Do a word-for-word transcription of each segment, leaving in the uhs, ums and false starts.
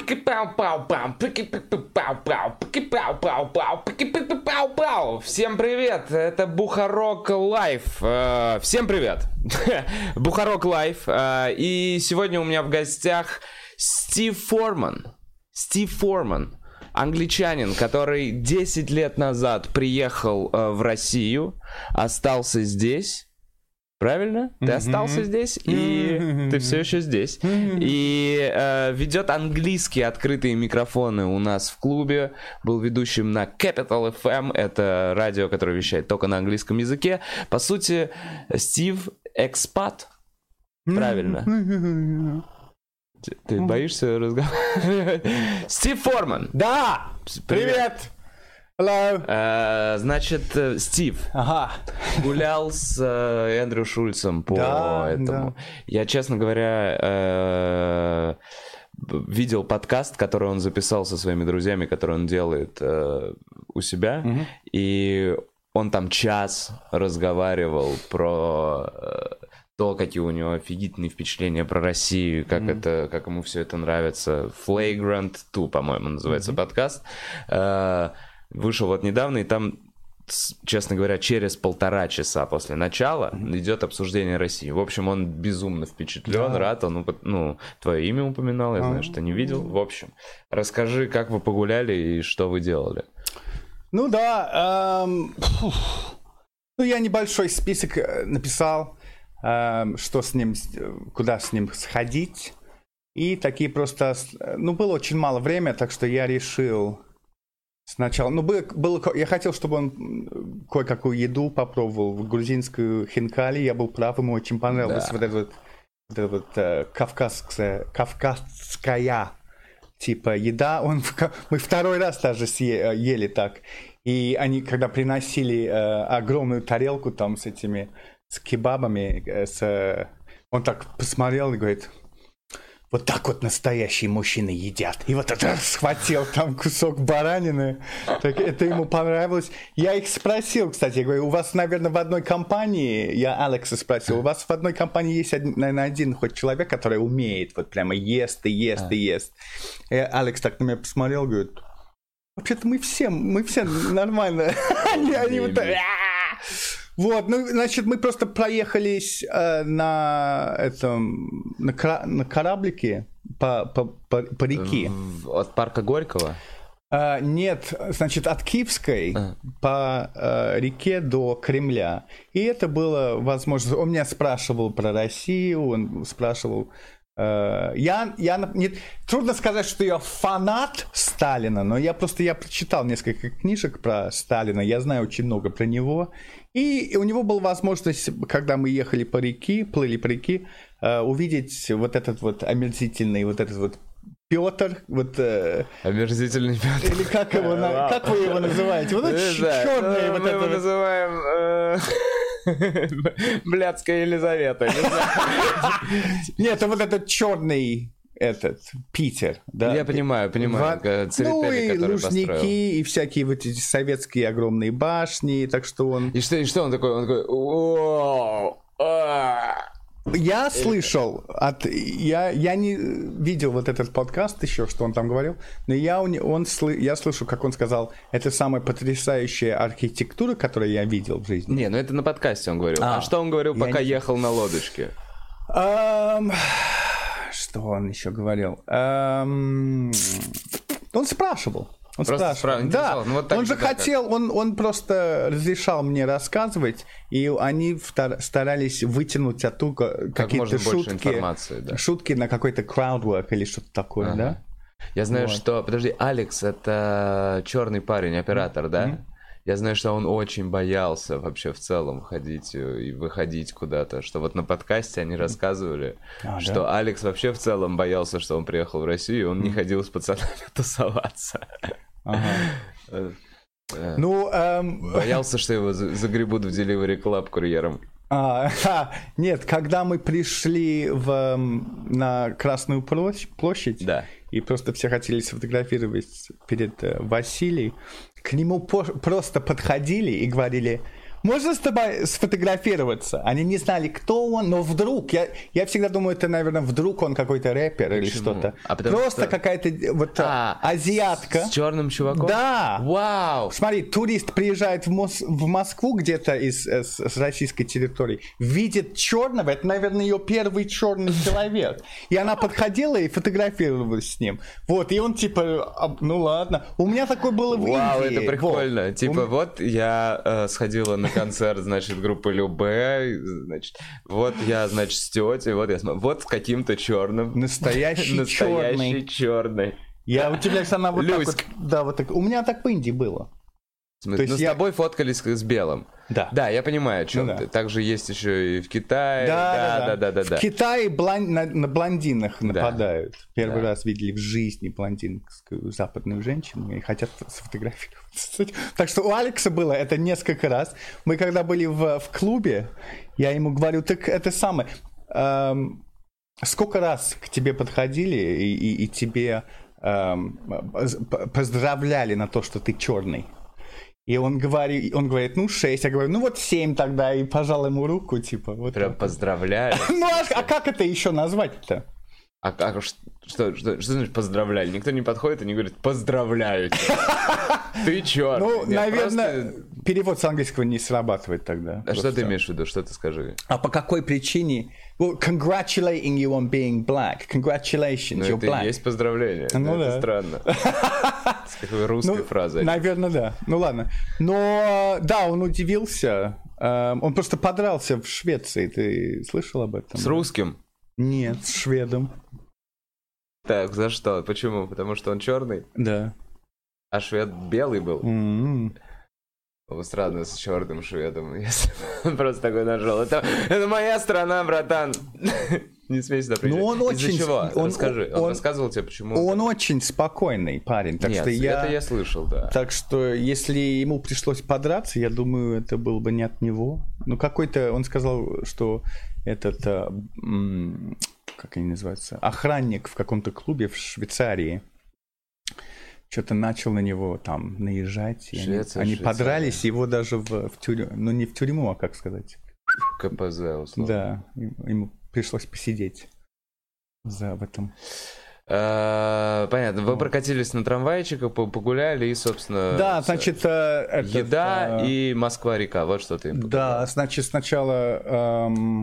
Всем привет, это Бухарок Лайв. Всем привет, Бухарок Лайв. И сегодня у меня в гостях Стив Форман. Стив Форман, англичанин, который десять лет назад приехал в Россию, остался здесь. Правильно? Ты mm-hmm. остался здесь, и mm-hmm. ты все еще здесь. Mm-hmm. И э, ведет английские открытые микрофоны у нас в клубе. Был ведущим на Capital эф эм. Это радио, которое вещает только на английском языке. По сути, Стив экспат. Правильно. Mm-hmm. Ты, ты боишься разговаривать? Стив Форман. Да! Привет! Hello. Uh, значит, Стив ага. гулял с uh, Эндрю Шульцем по да, этому. Да. Я, честно говоря, uh, видел подкаст, который он записал со своими друзьями, который он делает uh, у себя, mm-hmm. и он там час разговаривал про uh, то, какие у него офигительные впечатления про Россию, как mm-hmm. это, как ему все это нравится. Flagrant два, по-моему, называется mm-hmm. подкаст. Uh, Вышел вот недавно, и там, честно говоря, через полтора часа после начала mm-hmm. идет обсуждение России. В общем, он безумно впечатлен, yeah. рад. Он, ну, твое имя упоминал, я знаю, mm-hmm. что не видел. В общем, расскажи, как вы погуляли и что вы делали. Ну да, эм, ну я небольшой список написал, эм, что с ним, куда с ним сходить. И такие просто, ну было очень мало времени, так что я решил... Сначала, ну, было, было, я хотел, чтобы он кое-какую еду попробовал, грузинскую хинкали, я был прав, ему очень понравилось, да. вот эта вот, вот, это вот э, кавказская, кавказская типа еда, он, мы второй раз даже съе, ели так, и они, когда приносили э, огромную тарелку там с этими, с кебабами, э, с, он так посмотрел и говорит... Вот так вот настоящие мужчины едят. И вот это схватил там кусок баранины. Так это ему понравилось. Я их спросил, кстати, я говорю, у вас, наверное, в одной компании, я Алекса спросил, у вас в одной компании есть, наверное, один хоть человек, который умеет, вот прямо ест и ест и ест. И Алекс так на меня посмотрел, говорит, вообще-то мы все, мы все нормально. Они, они вот так... Вот, ну, значит, мы просто проехались э, на этом, на, кра- на кораблике по, по, по, по реке. От парка Горького? Э, нет, значит, от Киевской а. по э, реке до Кремля. И это было возможно. Он меня спрашивал про Россию, он спрашивал... Uh, я, я не, трудно сказать, что я фанат Сталина, но я просто я прочитал несколько книжек про Сталина, я знаю очень много про него. И у него была возможность, когда мы ехали по реке, плыли по реке, uh, увидеть вот этот вот омерзительный, вот этот вот Петр, вот... Uh, омерзительный Петр. Или как его, как вы его называете? Вот этот черный. Мы его называем... Блядская Елизавета. Не Нет, вот этот черный этот Питер, да. Я понимаю, понимаю. Ну и Лужники и всякие вот эти советские огромные башни, так что он. И что, и что он такой? Он такой. Я слышал, от, я, я не видел вот этот подкаст еще, что он там говорил, но я, он, я слышу, как он сказал, это самая потрясающая архитектура, которую я видел в жизни. Не, ну это на подкасте он говорил. А, а что он говорил, пока не... ехал на лодочке? Um, что он еще говорил? Um, он спрашивал. Он просто спрашивал. Да, ну, вот он же хотел, как... он, он просто разрешал мне рассказывать, и они втор- старались вытянуть оттуда какие-то шутки, да. шутки на какой-то краудворк или что-то такое, ага. да? Я знаю, вот. что... Подожди, Алекс — это черный парень, оператор, да? Mm-hmm. Я знаю, что он очень боялся вообще в целом ходить и выходить куда-то, что вот на подкасте они рассказывали, а, что да? Алекс вообще в целом боялся, что он приехал в Россию, и он mm-hmm. не ходил с пацанами тусоваться. Ага. Ну, эм... боялся, что его загребут в Delivery Club курьером. А, а, нет, когда мы пришли в, на Красную площадь, да. и просто все хотели сфотографировать перед Василием, к нему по- просто подходили и говорили: можно с тобой сфотографироваться? Они не знали, кто он, но вдруг, я, я всегда думаю, это, наверное, вдруг он какой-то рэпер или что-то. А потому Просто что- какая-то вот А, азиатка. С черным чуваком? Да. Вау! Смотри, турист приезжает в, Мос- в Москву где-то из э, с, с российской территории, видит черного, это, наверное, ее первый черный человек. И она подходила и фотографировалась с ним. Вот, и он типа, а, ну ладно. У меня такое было в Вау, Индии. это прикольно. Вот. Типа, У- вот я э, сходила на концерт, значит, группы Любэ, значит, вот я, значит, с тетей, вот я смотрю, вот с каким-то черным. Настоящий, Настоящий черный. черный. Я удивляюсь, она вот Люськ. так вот. Да, вот так. У меня так в Индии было. То есть ну, с я- тобой фоткались с белым. Да. Да, я понимаю, о чем Ну да. ты. Также есть еще и в Китае. Да, да, да, да, да. В Китае блон- на, на блондинах нападают. Первый Да. раз видели в жизни блондинскую западную женщину и хотят сфотографироваться. Так что у Алекса было это несколько раз. Мы когда были в, в клубе, я ему говорю, так это самое. эм, сколько раз к тебе подходили и, и- и тебе эм, п- поздравляли на то, что ты черный? И он говорит, он говорит, ну, шесть. Я говорю, ну, вот семь тогда. И пожал ему руку, типа. Вот Прям так. поздравляю. Ну, а, а как это еще назвать-то? А как что, что, что, что значит поздравляли? Никто не подходит и не говорит поздравляю тебя. Ты черный. Ну, Нет, наверное, просто- перевод с английского не срабатывает тогда. А что Просто. ты имеешь в виду? Что ты скажи? А по какой причине? Well, congratulating you on being black. Congratulations, Ну, you're это black. и есть поздравление. Ну, это да. странно. С какой русской Ну, фразой. наверное, да. Ну ладно. Но да, он удивился. Эм, Он просто подрался в Швеции. Ты слышал об этом? С русским? Нет, с шведом. Так, за что? Почему? Потому что он черный, Да. а швед белый был. М-м. Ну, странно с черным шведом, если он просто такой нашел. Это, это моя страна, братан. Не смей сюда приезжать. Ну, он Из-за очень- чего? он- Расскажи. Он, он- рассказывал тебе, почему? Он очень спокойный парень. Так Нет, что я... это я слышал, да. Так что, если ему пришлось подраться, я думаю, это было бы не от него. Ну, какой-то, он сказал, что этот, а, м, как они называются, охранник в каком-то клубе в Швейцарии что-то начал на него там наезжать. И они, Швеция, они Швейцария. подрались, его даже в, в тюрьму, ну не в тюрьму, а как сказать. КПЗ, условно. Да, им- ему пришлось посидеть за в этом. А, понятно. Вы прокатились на трамвайчиках, по- погуляли и, собственно... Да, с- значит, э, этот, Еда э, и Москва-река. Вот что ты им показал. Да, значит, сначала эм,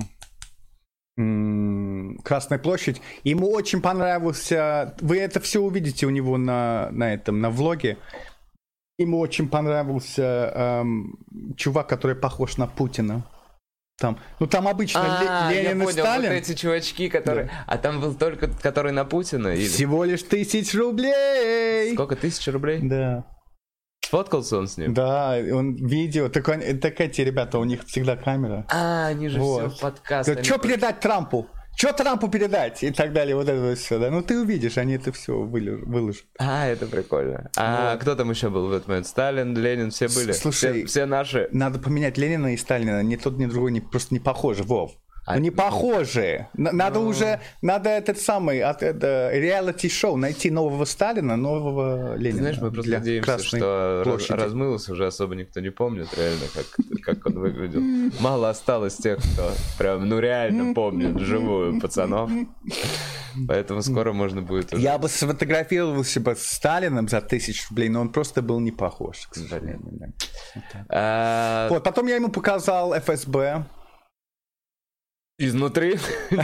м, Красная площадь. Ему очень понравился. Вы это все увидите у него на, на этом, на влоге. Ему очень понравился эм, чувак, который похож на Путина. Там, ну там обычно А, Ле- я Ленин и понял, Сталин. вот эти чувачки, которые... А там был только, который на Путина? Или... Всего лишь тысяч рублей. Сколько, тысяч рублей? Да. Сфоткался он с ним? Да, он видео. Так, он- так эти ребята, у них всегда камера. А, они же Вот. все подкасты. они Что просто- передать Трампу? Что Трампу передать? И так далее, вот это вот все, да. Ну ты увидишь, они это все выложат. А, это прикольно. А кто там еще был в этот момент? Сталин, Ленин, все были? слушай, Все, все наши? Надо поменять Ленина и Сталина. Ни тот, ни другой не, просто не похожи, Вов. А, ну не ну, похожи. Н- Надо уже, надо этот самый, от, это, реалити-шоу, найти нового Сталина, нового Ленина. Ты знаешь, мы просто для надеемся, Красной что раз- площади. размылось уже особо никто не помнит реально, как, как он выглядел. Мало осталось тех, кто прям, ну реально помнит вживую пацанов. Поэтому скоро можно будет уже... Я бы сфотографировался бы с Сталином за тысячу рублей, но он просто был не похож, к сожалению. да. А, Вот, потом я ему показал эф эс бэ. Изнутри?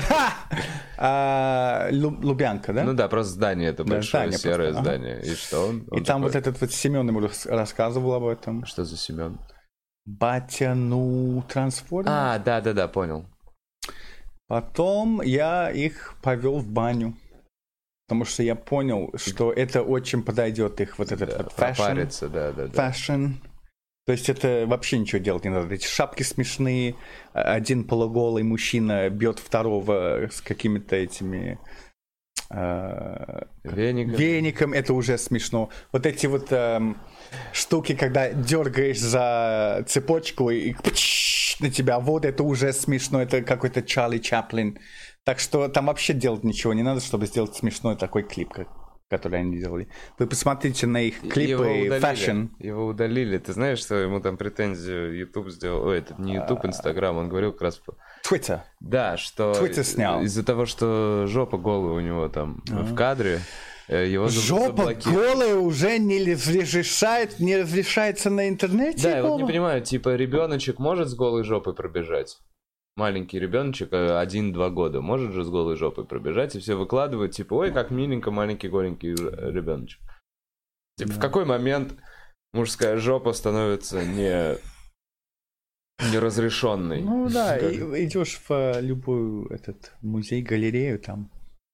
А, Лу- Лубянка, да? Ну да, просто здание, это Да, большое здание серое просто, ага. здание. И что он? И Он там вот такой, этот вот Семен ему рас- рассказывал об этом. Что за Семен? Батя, ну, трансформер. А, да-да-да, понял. Потом я их повел в баню. Потому что я понял, что это очень подойдет их вот этот Да, вот фэшн. пропариться, да-да-да. Фэшн. То есть это вообще ничего делать не надо. Эти шапки смешные. Один полуголый мужчина бьет второго с какими-то этими э, Веником. веником. Это уже смешно. Вот эти вот эм, штуки, когда дергаешь за цепочку и пч, на тебя вот, это уже смешно. Это какой-то Чарли Чаплин. Так что там вообще делать ничего не надо, чтобы сделать смешной такой клип. Как которые они делали. Вы посмотрите на их клипы фэшн. Его удалили. Ты знаешь, что ему там претензию YouTube сделал? Ой, это не YouTube, Instagram. Он говорил как раз... Twitter. Да, что... Twitter снял. Из-за того, что жопа голая у него там а. в кадре, его жопа голая уже не разрешает, не разрешается на интернете? Да, я вот не понимаю, типа ребеночек может с голой жопой пробежать? Маленький ребеночек, один-два года, может же с голой жопой пробежать, и все выкладывают, типа, ой, как миленько маленький голенький ребеночек. Типа, да. В какой момент мужская жопа становится не... неразрешенной? Ну да, как... идешь в любой этот музей, галерею, там...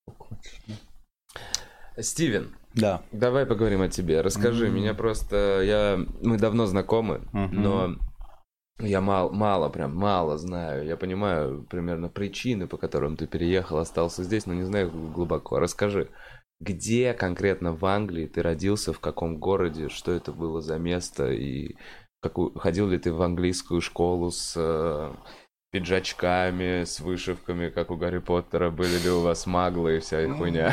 Стивен, да. Давай поговорим о тебе. Расскажи, mm-hmm. меня просто... Я... Мы давно знакомы, mm-hmm. но... Я мало, мало, прям мало знаю. Я понимаю примерно причины, по которым ты переехал, остался здесь, но не знаю глубоко. Расскажи, где конкретно в Англии ты родился, в каком городе, что это было за место, и какую, ходил ли ты в английскую школу с э, пиджачками, с вышивками, как у Гарри Поттера, были ли у вас маглы и вся их хуйня?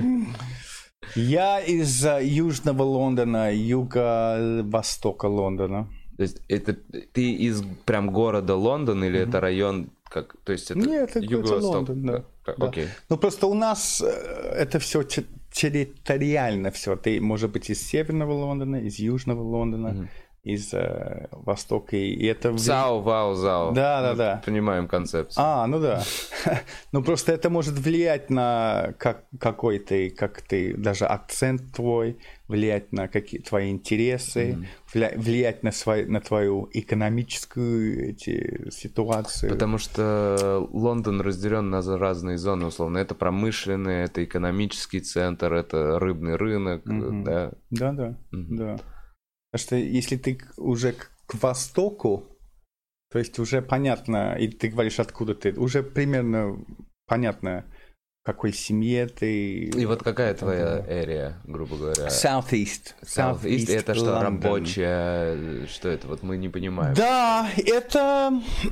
Я из Южного Лондона, юго-востока Лондона. То есть это ты из прям города Лондон или mm-hmm. это район, как, то есть это Нет, это юго-восток? Лондон, да. Да. Окей. Ну просто у нас это все территориально все. Ты, может быть, из Северного Лондона, из Южного Лондона, mm-hmm. из э, Востока. И это... Зау, вау, зау. Да, да, да. Понимаем концепцию. А, ну да. Ну просто это может влиять на как, какой ты, как ты, даже акцент твой, влиять на какие твои интересы, mm-hmm. влиять на, свой, на твою экономическую эти, ситуацию. Потому что Лондон разделен на разные зоны, условно. Это промышленный, это экономический центр, это рыбный рынок, mm-hmm. да? Да, да, mm-hmm. да. Потому что если ты уже к, к востоку, то есть уже понятно, и ты говоришь, откуда ты, уже примерно понятно, в какой семье ты... И вот какая твоя area, грубо говоря? Southeast. Southeast, Southeast это что, London. Рабочая, что это? Вот мы не понимаем. Да, это...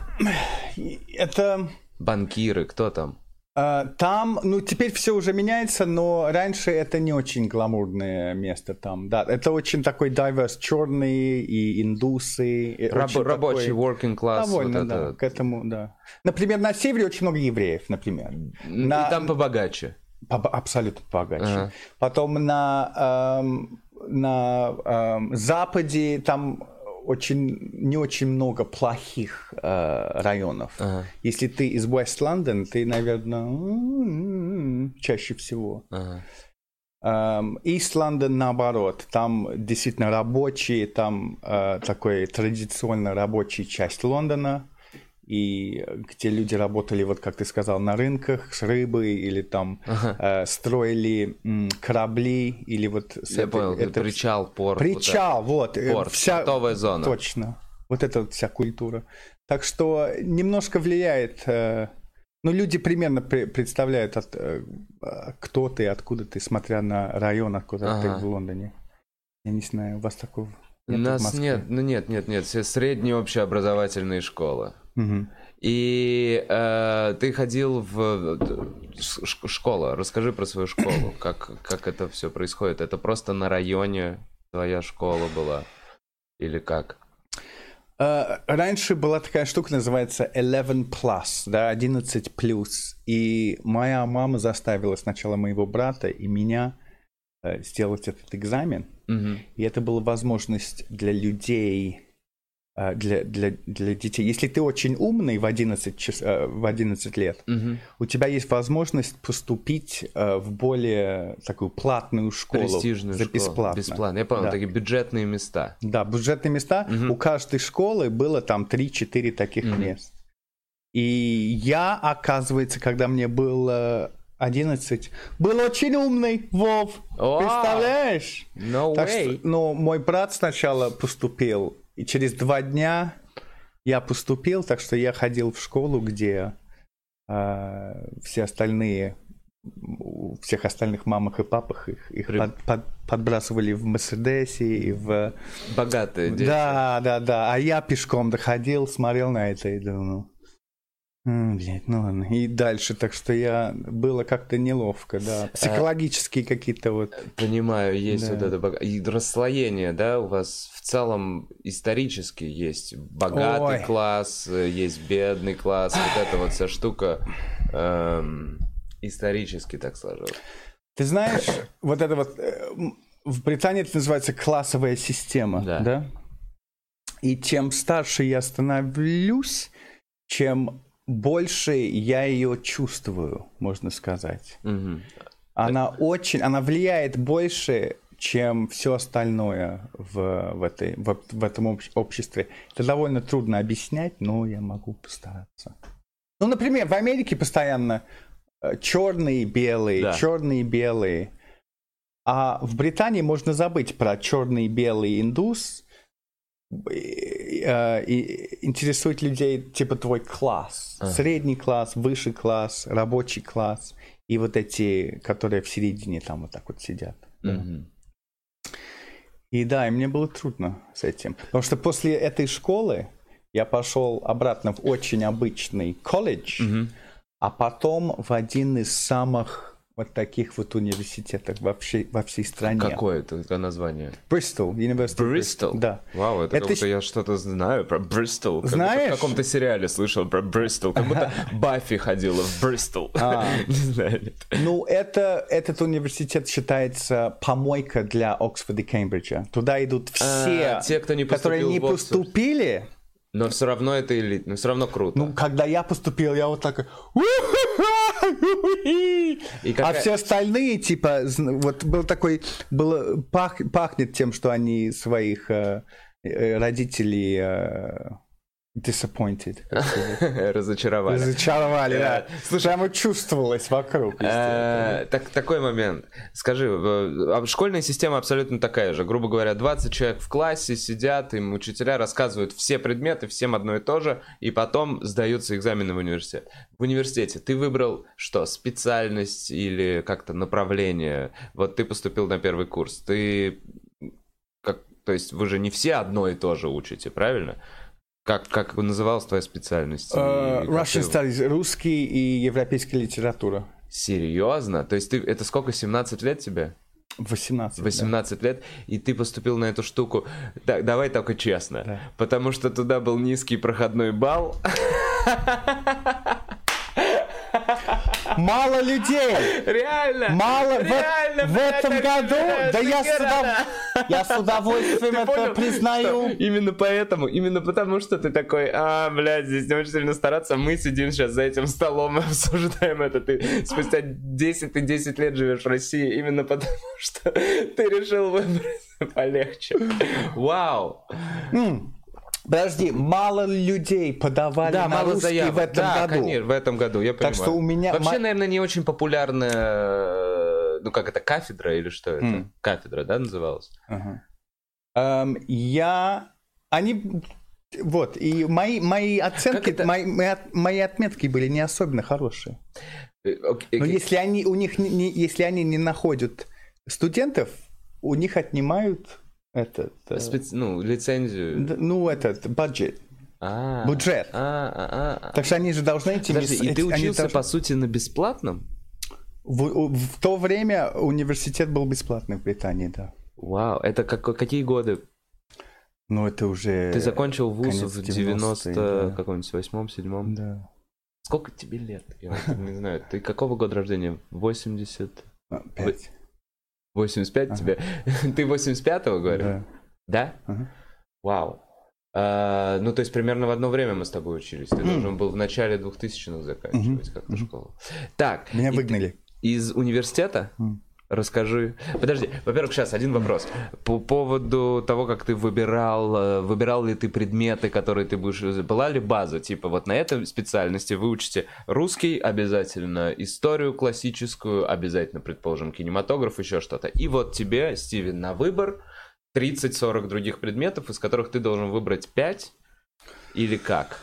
это... Банкиры, кто там? Там, ну, теперь все уже меняется, но раньше это не очень гламурное место там, да. Это очень такой diverse, черные и индусы. Раб, рабочий, такой... working class. Довольно, вот да, это... к этому, да. Например, на севере очень много евреев, например. И на... там побогаче. По- абсолютно побогаче. Ага. Потом на, эм, на эм, западе там... очень, не очень много плохих э, районов. Ага. Если ты из West London, ты, наверное, чаще всего. Ага. Um, East London, наоборот, там действительно рабочие, там э, такой традиционно рабочая часть Лондона, и где люди работали, вот как ты сказал, на рынках с рыбой, или там ага. э, строили м, корабли, или вот... Я этой, понял, это... причал, порт. Причал, вот. вот порт, вся... портовая зона. Точно. Вот это вот вся культура. Так что немножко влияет... Э, ну, люди примерно при, представляют, от, э, кто ты, откуда ты, смотря на район, откуда ага. ты в Лондоне. Я не знаю, у вас такого нет? У нас нет, ну нет, нет, нет, все средние общеобразовательные школы. Угу. И э, ты ходил в ш- школу. Расскажи про свою школу. Как, как это все происходит? Это просто на районе твоя школа была? Или как? Uh, раньше была такая штука, называется eleven plus, да, одиннадцать плюс. И моя мама заставила сначала моего брата и меня uh, сделать этот экзамен. Mm-hmm. И это была возможность для людей... Для, для, для детей. Если ты очень умный в одиннадцать, час, в одиннадцать лет, угу. у тебя есть возможность поступить в более такую платную школу. Престижную за школу. Бесплатно. Бесплатно. Я понял, да. Такие бюджетные места. Да, бюджетные места. Угу. У каждой школы было там три-четыре таких угу. мест. И я, оказывается, когда мне было одиннадцать, был очень умный, Вов. Wow. Представляешь? No так way. Что, ну, мой брат сначала поступил. И через два дня я поступил, так что я ходил в школу, где э, все остальные, у всех остальных мамах и папах их, их При... под, под, подбрасывали в Мерседесе и в... Богатые дети. Да, да, да. А я пешком доходил, смотрел на это и думал, М, блядь, ну ладно. И дальше, так что я... Было как-то неловко, да. Психологические какие-то вот... Понимаю, есть Да. вот это бога- и расслоение, да, у вас в целом исторически есть богатый Ой. класс, э, есть бедный класс, вот эта вот вся штука эм, исторически так сложилась. Ты знаешь, вот это вот... э, м, В Британии это называется классовая система, Да. да? И чем старше я становлюсь, чем больше я ее чувствую, можно сказать. Мгм. Она очень, она влияет больше, чем все остальное в, в, этой, в, в этом обще- обществе. Это довольно трудно объяснять, но я могу постараться. Ну, например, в Америке постоянно черные, белые, Да. черные, белые. А в Британии можно забыть про черный, белый индус. И, э, и интересует людей типа твой класс. Ага. Средний класс, высший класс, рабочий класс. И вот эти, которые в середине там вот так вот сидят. Да. Мгм. И да, и мне было трудно с этим. Потому что после этой школы я пошел обратно в очень обычный колледж, Мгм. а потом в один из самых вот таких вот университетов во всей, во всей стране. Какое это название? Bristol, University of Бристол? Да. Вау, это, Это как будто щ- я что-то знаю про Бристол. Как будто Знаешь? в каком-то сериале слышал про Бристол. Как будто Баффи ходила в Бристол. А. Не знаю. нет. Ну, это, этот университет считается помойка для Оксфорда и Кембриджа. Туда идут все, А, те, кто не которые поступил не в Оксфорд. поступили. Но все равно это элит, но все равно круто. Ну, когда я поступил, я вот такой... И А какая- все остальные, типа, зн- вот был такой... Было, пах, пахнет тем, что они своих э, э, родителей э, disappointed. как сказать. Разочаровали. Разочаровали, да. Э, слушай, Прямо чувствовалось вокруг. Э, так, такой момент. Скажи, э, а школьная система абсолютно такая же. Грубо говоря, двадцать человек в классе сидят, им учителя рассказывают все предметы, всем одно и то же, и потом сдаются экзамены в университет. В университете ты выбрал что, специальность или как-то направление? Вот ты поступил на первый курс. Ты, как, то есть вы же не все одно и то же учите, правильно? Как, как называлась твоя специальность? И Э, как Russian ты- Studies, русский и европейская литература. Серьезно? То есть ты, это сколько, семнадцать лет тебе? восемнадцать. да. восемнадцать лет, и ты поступил на эту штуку. Так, давай только честно. Да. Потому что туда был низкий проходной балл. Мало людей! Реально! Мало в- Реально, в, блядь, этом так году, реально, да я с, нихера. удов- я с удовольствием Ты это понял, признаю. что именно поэтому, именно потому что ты такой, а, блядь, здесь не очень сильно стараться, мы сидим сейчас за этим столом и обсуждаем это. Ты спустя десять, ты десять лет живешь в России, именно потому что ты решил выбрать полегче. Вау! М, Подожди, мало людей подавали Да, на мало русский заявок. в этом да, году. конечно, в этом году, я понимаю. Так что у меня... Вообще, ма- наверное, не очень популярная, э, ну как это, кафедра или что это? М. Кафедра, да, называлась? Ага. Эм, я... Они... Вот, и мои, мои оценки, это? мои, мои от- мои отметки были не особенно хорошие. Э, окей, Но окей. если они, у них не, не- если они не находят студентов, у них отнимают этот... э, Специ- Ну, лицензию. д- ну, этот, бюджет. А, Бюджет. А, а, а. Так что они же должны этими... Подожди, и эти- ты они учился, должны- по сути, на бесплатном? В, в то время университет был бесплатный в Британии, да. Вау, это как, какие годы? Но это уже... Ты закончил вуз конец в девяностые, девяносто да. каком-нибудь восьмом, седьмом? Да. Сколько тебе лет? Я вот не знаю. Ты какого года рождения? восемьдесят? А, Пять. восемьдесят пять Ага. тебе? Ты восемьдесят пятого, говорю? Да. Да? Ага. Вау. А, ну, то есть примерно в одно время мы с тобой учились. Ты М. должен был в начале двухтысячных заканчивать Мгм. как-то Мгм. школу. Так. Меня и ты выгнали. Из университета? М. Расскажи. Подожди, во-первых, сейчас один вопрос. По поводу того, как ты выбирал, э, выбирал ли ты предметы, которые ты будешь... Была ли база? Типа вот на этой специальности вы учите русский, обязательно историю классическую, обязательно, предположим, кинематограф, еще что-то. И вот тебе, Стивен, на выбор тридцать-сорок других предметов, из которых ты должен выбрать пять или как?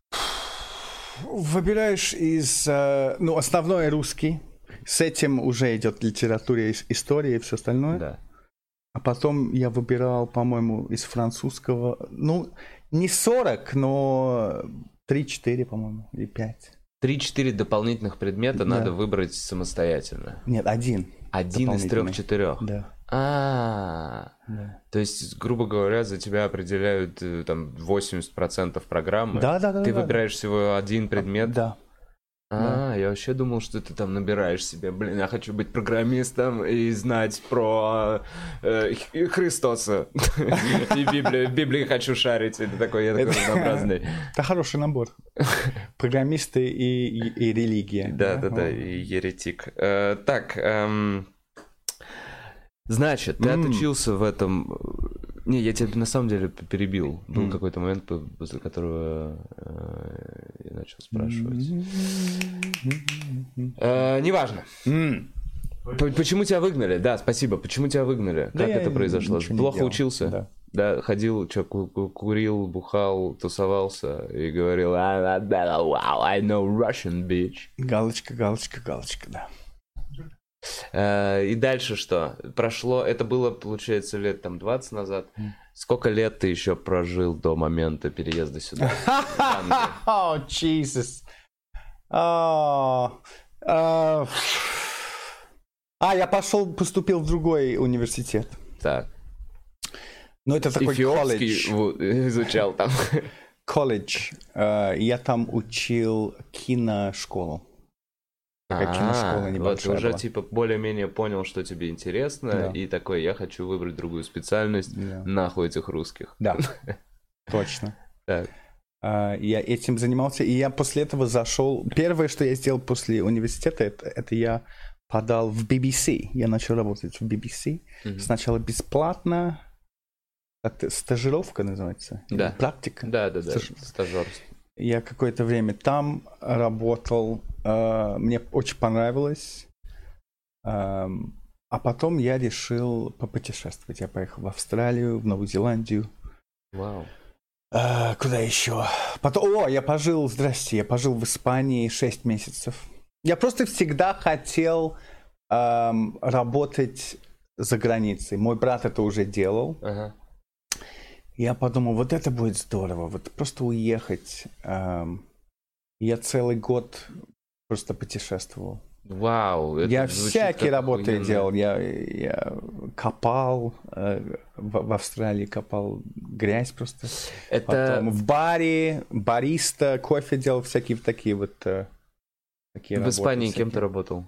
Выбираешь из... э, ну, основной русский. С этим уже идет литература, ис- история и все остальное. Да. А потом я выбирал, по-моему, из французского... Ну, не сорок, но три-четыре, по-моему, или пять. Три-четыре дополнительных предмета да. надо выбрать самостоятельно. Нет, один. Один из трех-четырех. Да. А, да. То есть, грубо говоря, за тебя определяют там восемьдесят процентов программы. Да, да, да. Ты да, выбираешь да. всего один предмет. Да. А, да. я вообще думал, что ты там набираешь себе, блин, я хочу быть программистом и знать про э, Христоса и Библию. В Библии хочу шарить. Это такой, я такой разнообразный. Это хороший набор. Программисты и религия. Да, да, да, и еретик. Так, значит, ты отучился в этом... Не, я тебя на самом деле перебил. Был mm. какой-то момент, после которого э, я начал спрашивать. Mm-hmm. Э, неважно. Mm. Почему тебя выгнали? Да, спасибо. Почему тебя выгнали? Да как это произошло? Плохо учился? Да. Да, ходил, что, курил, бухал, тусовался и говорил wow, I know Russian, bitch. Галочка, галочка, галочка, да. И дальше что? Прошло, это было, получается, лет там двадцать назад. Сколько лет ты еще прожил до момента переезда сюда? О, Jesus. А, я пошел, поступил в другой университет. Так. Ну, это такой колледж. Изучал там. Колледж. Я там учил киношколу. А, вот ты уже типа более-менее понял, что тебе интересно, да. И такой, я хочу выбрать другую специальность, да. Нахуй этих русских. Да, точно. Так. Я этим занимался, и я после этого зашел. Первое, что я сделал после университета, это, это я подал в би би си. Я начал работать в би би си. Mm-hmm. Сначала бесплатно. Это стажировка называется? Да. Практика? Да, да, да. Стаж... Стажерство. Я какое-то время там работал. Мне очень понравилось. А потом я решил попутешествовать. Я поехал в Австралию, в Новую Зеландию. Вау. А, куда еще? Потом, о, я пожил, здрасте, я пожил в Испании шесть месяцев. Я просто всегда хотел эм, работать за границей. Мой брат это уже делал. Ага. Я подумал, вот это будет здорово, вот просто уехать. Эм, я целый год просто путешествовал. Вау, это я всякие работы охуенно. делал. Я, я копал э, в, в Австралии, копал грязь просто. Это... Потом в баре, бариста, кофе делал, всякие такие вот э, такие В работы, Испании всякие. Кем ты работал?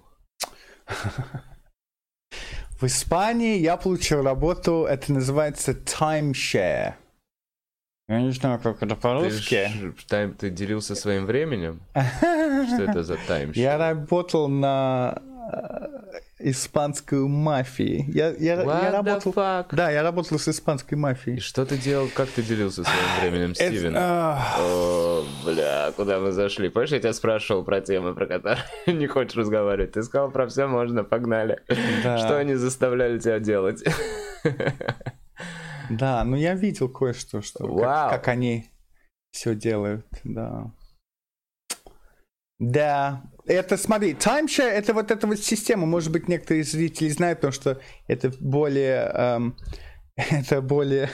В Испании я получил работу, это называется timeshare. Я не знаю, как это по-русски. Ты, ты делился своим временем? Что это за timeshare? Я работал на испанскую мафию. Я, я, я работал, да, я работал с испанской мафией. И что ты делал? Как ты делился своим временем, Стивен? О, бля, куда мы зашли? Помнишь, я тебя спрашивал про темы, про которые не хочешь разговаривать? Ты сказал, про все можно, погнали. Да. Что они заставляли тебя делать? Да, ну я видел кое-что, что, как, как они все делают, да. Да, это, смотри, timeshare, это вот эта вот система, может быть, некоторые зрители знают, потому что это более, эм, это более,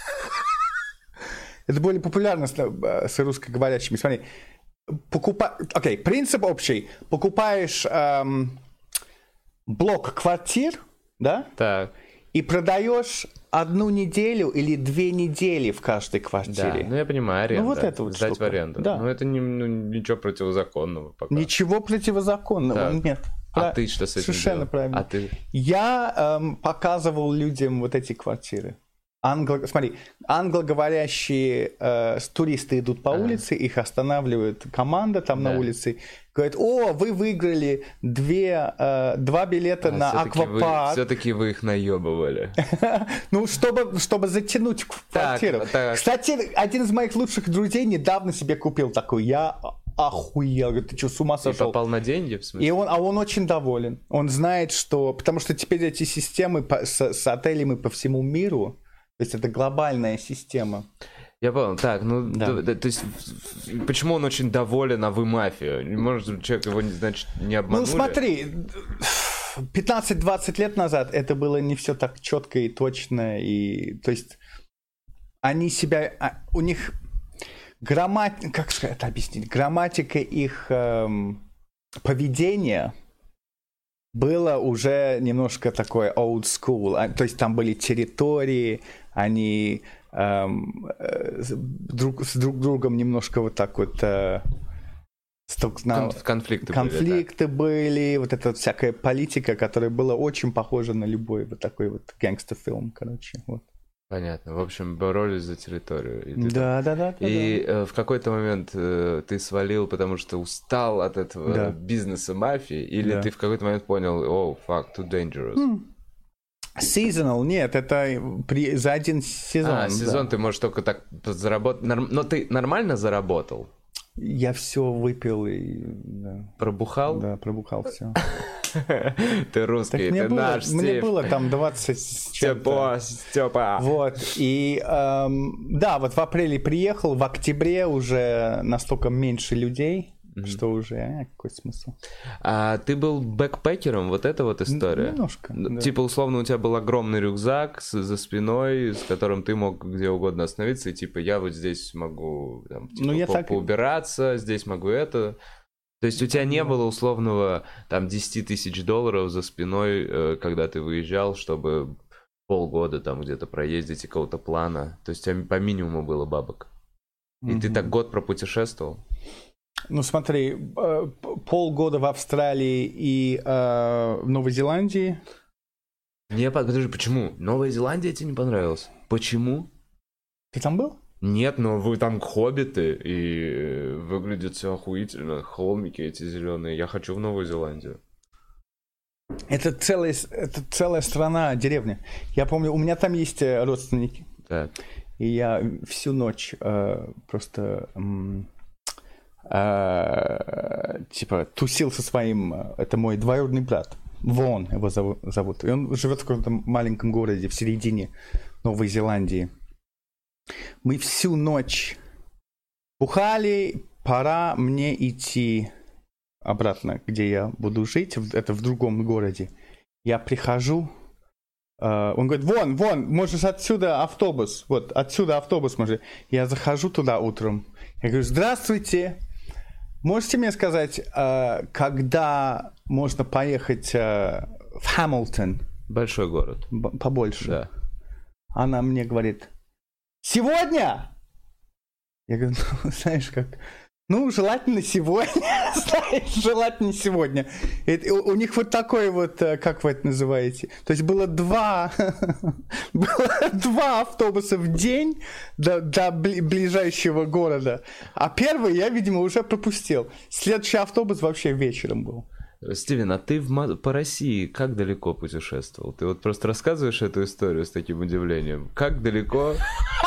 это более популярно с, с русскоговорящими. Смотри, покупай, окей, okay, принцип общий, покупаешь эм, блок квартир, да? Так. И продаешь одну неделю или две недели в каждой квартире. Да, ну я понимаю, аренда. Ну вот это вот сдать штука. в аренду. Да. Ну это не, ну, ничего противозаконного пока. Ничего противозаконного, так. Нет. А Про... ты что с этим Совершенно делал? правильно. А ты? Я эм, показывал людям вот эти квартиры. Англо... Смотри, англоговорящие э, туристы идут по ага. улице, их останавливает команда там да. на улице. Говорит, о, вы выиграли две, э, два билета а, на аквапарк. Все-таки вы их наебывали. Ну, чтобы, чтобы затянуть в квартиру. Так, так. Кстати, один из моих лучших друзей недавно себе купил такой. Я охуел. Говорит, ты что, с ума сошел? И попал на деньги, в смысле? И он, а он очень доволен. Он знает, что... Потому что теперь эти системы по, с, с отелями по всему миру, то есть это глобальная система. Я понял. Так, ну, да. то, то, то есть, почему он очень доволен, а вы мафия? Может, человек его, значит, не обманули? Ну, смотри, пятнадцать-двадцать лет назад это было не все так четко и точно, и, то есть, они себя, у них грамматика, как сказать, это объяснить, грамматика их эм, поведения было уже немножко такое old school, а, то есть там были территории, они эм, э, друг, с друг другом немножко вот так вот э, столкнул, Кон- конфликты, конфликты были, были, вот эта вот всякая политика, которая была очень похожа на любой вот такой вот гангстер-фильм, короче, вот. Понятно. В общем, боролись за территорию. И ты Да, там- да, да, да. И да. э, в какой-то момент э, ты свалил, потому что устал от этого Да. бизнеса мафии, или Да. ты в какой-то момент понял, о, fuck, too dangerous. Seasonal, нет, это при, за один сезон. а, да. сезон ты можешь только так заработать. Норм- Но ты нормально заработал? Я все выпил и да, Пробухал? да, пробухал все. Ты Так русский, мне ты было, наш, мне Стив. было там двадцать с чем-то. Степа, Степа. Вот, и эм, да, вот в апреле приехал, в октябре уже настолько меньше людей, что уже, а, какой смысл? А ты был бэкпекером, вот это вот история? Немножко, Ну, да. Типа, условно, у тебя был огромный рюкзак с- за спиной, с которым ты мог где угодно остановиться, и типа, я вот здесь могу там, типа, Ну, я по- так и- поубираться, здесь могу это. То есть у тебя не было условного там десять тысяч долларов за спиной, э, когда ты выезжал, чтобы полгода там где-то проездить и какого-то плана. То есть у тебя по минимуму было бабок. И ты Мгм. так год пропутешествовал? Ну смотри, э, п- полгода в Австралии и э, в Новой Зеландии. Не, под- подожди, почему? Новая Зеландия тебе не понравилась? Почему? Ты там был? Нет, но вы там хоббиты, и выглядит все охуительно. Холмики эти зеленые. Я хочу в Новую Зеландию. Это целая, с- это целая страна, деревня. Я помню, у меня там есть э, родственники. Так. И я всю ночь э, просто м, э, типа тусил со своим, э, это мой двоюродный брат, Вон его зову- зовут. И он живет в каком-то маленьком городе в середине Новой Зеландии. Мы всю ночь бухали, пора мне идти обратно, где я буду жить, в- это в другом городе. Я прихожу, э, он говорит, вон, вон, можешь отсюда автобус, вот, отсюда автобус может. Я захожу туда утром, я говорю, здравствуйте, можете мне сказать, э, когда можно поехать э, в Хэмилтон, Большой город. Б- побольше? Да. Она мне говорит, сегодня? Я говорю, ну, знаешь как, ну, желательно сегодня, знаешь, желательно сегодня. Это- у, у них вот такой вот, э, как вы это называете? То есть было два, было два автобуса в день до, до бли- ближайшего города, а первый я, видимо, уже пропустил. Следующий автобус вообще вечером был. Стивен, а ты в Мо- по России как далеко путешествовал? Ты вот просто рассказываешь эту историю с таким удивлением. Как далеко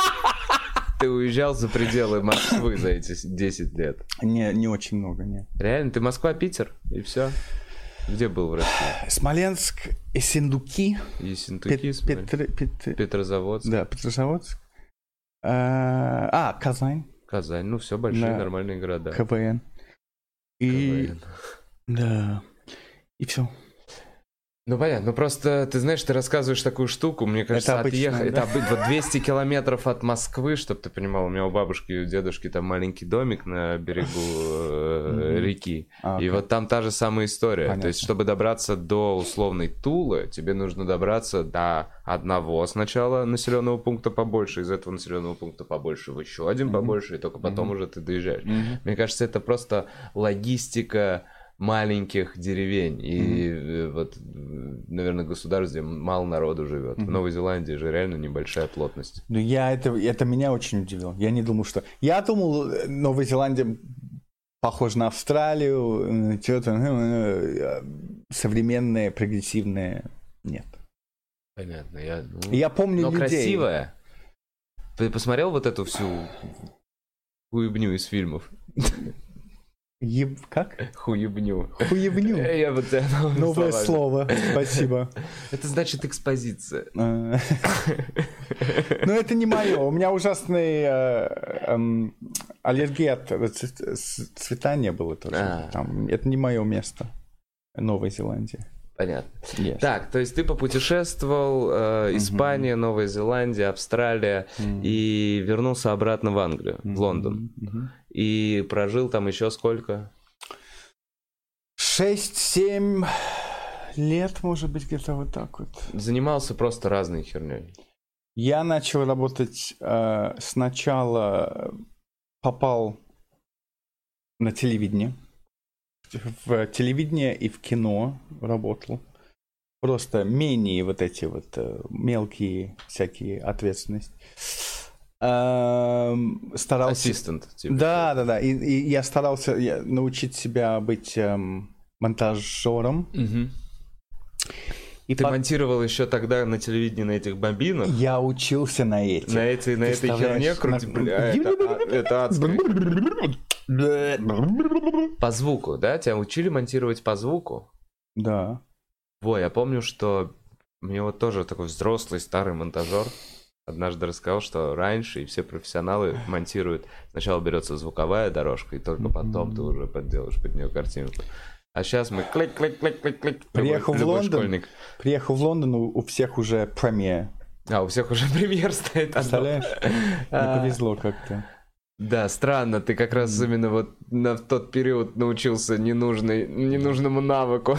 ты уезжал за пределы Москвы за эти десять лет? Не, не очень много, нет. Реально, ты Москва-Питер, и все? Где был в России? Смоленск, Ессентуки, Ессентуки, Пет- смотри. Петр- Пет- Петрозаводск, да, Петрозаводск. Э, А, Казань, Казань. Ну, все большие Да. нормальные города. КВН. И, КВН. да, и все. Ну понятно, ну просто ты знаешь, ты рассказываешь такую штуку, мне кажется, обычно, отъехать, да. это обы- вот двести километров от Москвы, чтобы ты понимал, у меня у бабушки и у дедушки там маленький домик на берегу э, Мгм. реки, А, и окей. вот там та же самая история, Понятно. то есть чтобы добраться до условной Тулы, тебе нужно добраться до одного сначала населенного пункта побольше, из этого населенного пункта побольше в еще один Мгм. побольше, и только потом Мгм. уже ты доезжаешь. Мгм. Мне кажется, это просто логистика маленьких деревень. И э, вот, наверное, государств, где мало народу живет. В Мгм. Новой Зеландии же реально небольшая плотность. Ну, я это, это меня очень удивило. Я не думал, что... Я думал, э, Новая Зеландия похожа на Австралию, э, что-то э, современное, прогрессивное. Нет. Понятно. Я, ну, Я помню но людей. красивая. Ты посмотрел вот эту всю хуебню из фильмов? Еб... Как? Хуебню. Хуевню. Я вот это новые Новое слова. слово. Спасибо. Это значит экспозиция. Э, Ну, это не мое. У меня ужасный э, эм, аллергия от ц- ц- цвета не было тоже. А. Там, это не мое место. Новая Зеландия. Понятно. Yes. Так, то есть ты попутешествовал, э, Испания, mm-hmm. Новая Зеландия, Австралия, mm-hmm. и вернулся обратно в Англию, mm-hmm. в Лондон. Mm-hmm. И прожил там еще сколько? Шесть-семь лет, может быть, где-то вот так вот. Занимался просто разной херней. Я начал работать, э, сначала попал на телевидение. В телевидении и в кино работал. Просто менее вот эти вот э, мелкие всякие ответственности. Эм, старался... Ассистент. Типа. Да, да, да. И, и я старался я, научить себя быть эм, монтажером. Угу. И ты по... монтировал еще тогда на телевидении на этих бобинах? Я учился на этих. На, эти, на этой херне крути... На... Бля, это, это адское. По звуку, да? Тебя учили монтировать по звуку? Да. Во, я помню, что мне вот тоже такой взрослый старый монтажер однажды рассказал, что раньше и все профессионалы монтируют. Сначала берется звуковая дорожка, и только потом ты уже подделаешь под нее картинку. А сейчас мы клик-клик-клик-клик-клик. Приехал в Лондон, приехал в Лондон, у всех уже премьер. А, у всех уже премьер стоит. Представляешь? Не повезло как-то. Да, странно, ты как раз именно вот на в тот период научился ненужной, ненужному навыку.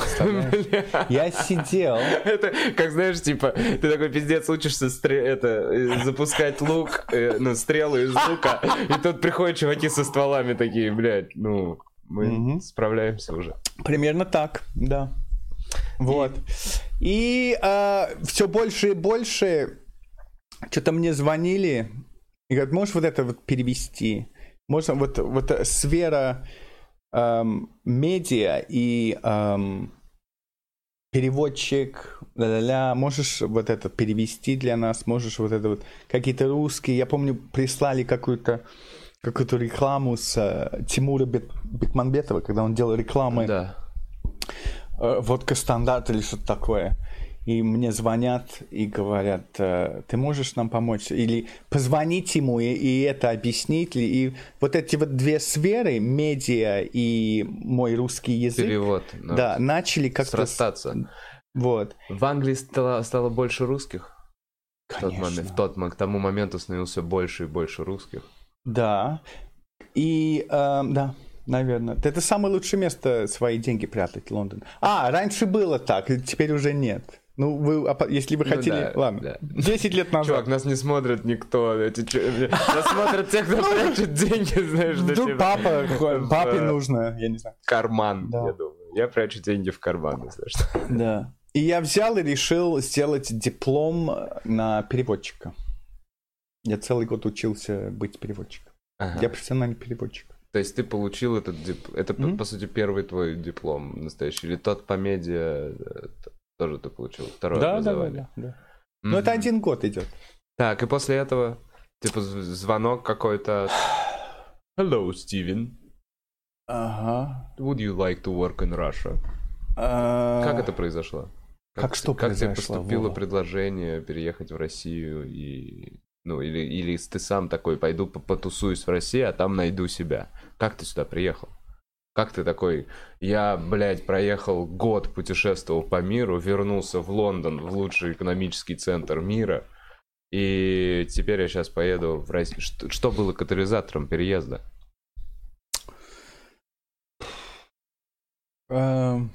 Я сидел. Это, как знаешь, типа, ты такой пиздец учишься стре- это, запускать лук, э, ну, стрелы из лука, и тут приходят чуваки со стволами такие, блядь, ну, мы угу. справляемся уже. Примерно так, да. Вот. И, и э, все больше и больше что-то мне звонили. И говорят, можешь вот это вот перевести? Можно вот, вот сфера эм, медиа и эм, переводчик, ля-ля-ля, можешь вот это перевести для нас, можешь вот это вот, какие-то русские, я помню, прислали какую-то, какую-то рекламу с э, Тимура Бек, Бекмамбетова, когда он делал рекламы, да. э, водка стандарт или что-то такое. И мне звонят и говорят, ты можешь нам помочь? Или позвонить ему и, и это объяснить. И вот эти вот две сферы, медиа и мой русский язык, перевод, да, начали как-то... срастаться. Вот. В Англии стало, стало больше русских? Конечно. В тот момент, в тот, к тому моменту становилось больше и больше русских. Да. И, э, да. Наверное. Это самое лучшее место свои деньги прятать, Лондон. А, раньше было так, теперь уже нет. Ну, вы, если вы хотели... Ну, да, ладно, да. десять лет назад. Чувак, нас не смотрит никто. Эти, нас смотрят те, кто прячет деньги, знаешь. Вдруг папа, папе нужно, я не знаю. Карман, я думаю. Я прячу деньги в карман, если что. Да. И я взял и решил сделать диплом на переводчика. Я целый год учился быть переводчиком. Ага. Я профессиональный переводчик. То есть ты получил этот диплом, это, mm-hmm. по сути, первый твой диплом настоящий, или тот по медиа тоже ты получил, второе да, образование? Да, да, да. Mm-hmm. Ну, это один год идет. Так, и после этого, типа, звонок какой-то. Hello, Steven. Ага. Would you like to work in Russia? Uh... Как это произошло? Как, как что как произошло? Как тебе поступило Вова? предложение переехать в Россию и... Ну, или, или ты сам такой, пойду потусуюсь в России, а там найду себя. Как ты сюда приехал? Как ты такой, я, блядь, проехал год, путешествовал по миру, вернулся в Лондон, в лучший экономический центр мира, и теперь я сейчас поеду в Россию. Что, что было катализатором переезда? Um,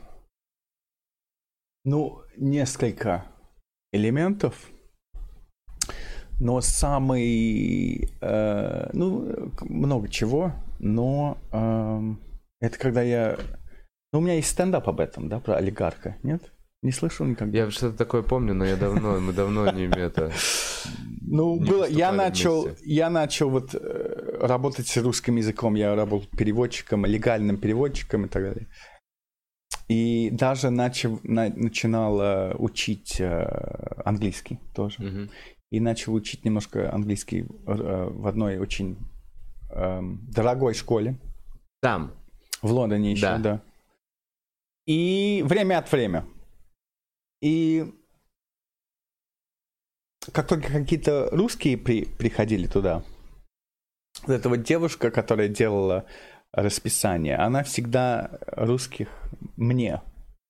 ну, несколько элементов. Но самый, э, ну, много чего, но э, это когда я, ну, у меня есть стендап об этом, да, про олигарха, нет? Не слышал никогда? Я что-то такое помню, но я давно, мы давно не это. Ну, было, я начал, я начал вот работать с русским языком, я работал переводчиком, легальным переводчиком и так далее. И даже начал, на, начинал uh, учить uh, английский тоже. Uh-huh. И начал учить немножко английский uh, в одной очень uh, дорогой школе. Там? В Лондоне еще, да. да. И время от времени. И как только какие-то русские при, приходили туда, вот эта вот девушка, которая делала расписание, она всегда русских мне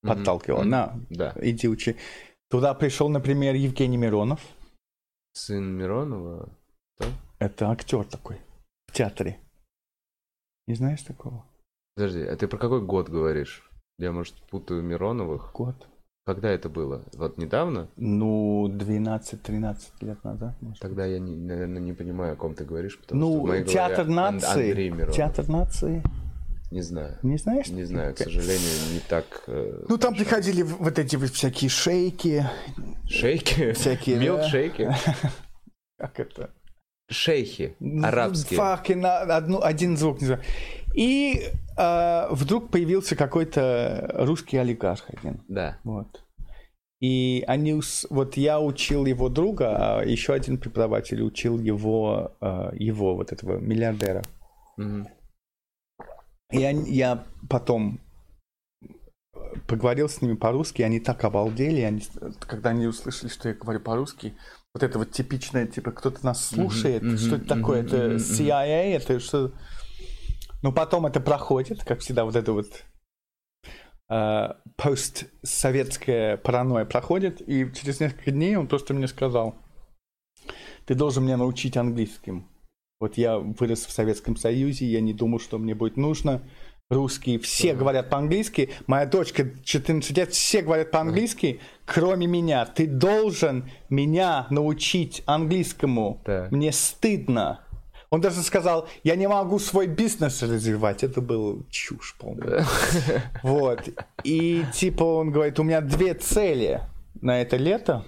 подталкивал. Mm-hmm. На, да. иди учи. Туда пришел, например, Евгений Миронов. Сын Миронова? Кто? Это актер такой в театре. Не знаешь такого? Подожди, а ты про какой год говоришь? Я, может, путаю Мироновых? Год. Когда это было? Вот недавно? Ну, двенадцать-тринадцать лет назад. Может. Тогда я, не, наверное, не понимаю, о ком ты говоришь, потому ну, что в моей театр голове нации. Андрей Миронов. Театр нации. Не знаю. Не знаешь? Не знаю, к сожалению, не так... Э, ну, там приходили вот эти вот всякие шейки. Шейки? Всякие, милкшейки? Как это? Шейхи арабские. Fucking, одну, один звук не знаю. И э, вдруг появился какой-то русский олигарх один. Да. Вот. И они, вот я учил его друга, а еще один преподаватель учил его, э, его вот этого миллиардера. Угу. И они, я потом поговорил с ними по-русски, они так обалдели, они, когда они услышали, что я говорю по-русски, вот это вот типичное, типа, кто-то нас слушает, mm-hmm, что это mm-hmm, такое, mm-hmm, это си ай эй, это что... Но потом это проходит, как всегда, вот это вот э, постсоветская паранойя проходит, и через несколько дней он просто мне сказал: ты должен меня научить английским. Вот я вырос в Советском Союзе, я не думал, что мне будет нужно. Русские все uh-huh. говорят по-английски. Моя дочка четырнадцать лет, все говорят по-английски, uh-huh. кроме меня. Ты должен меня научить английскому. Uh-huh. Мне стыдно. Он даже сказал: я не могу свой бизнес развивать. Это был чушь полная. Uh-huh. Вот. И типа он говорит: у меня две цели на это лето.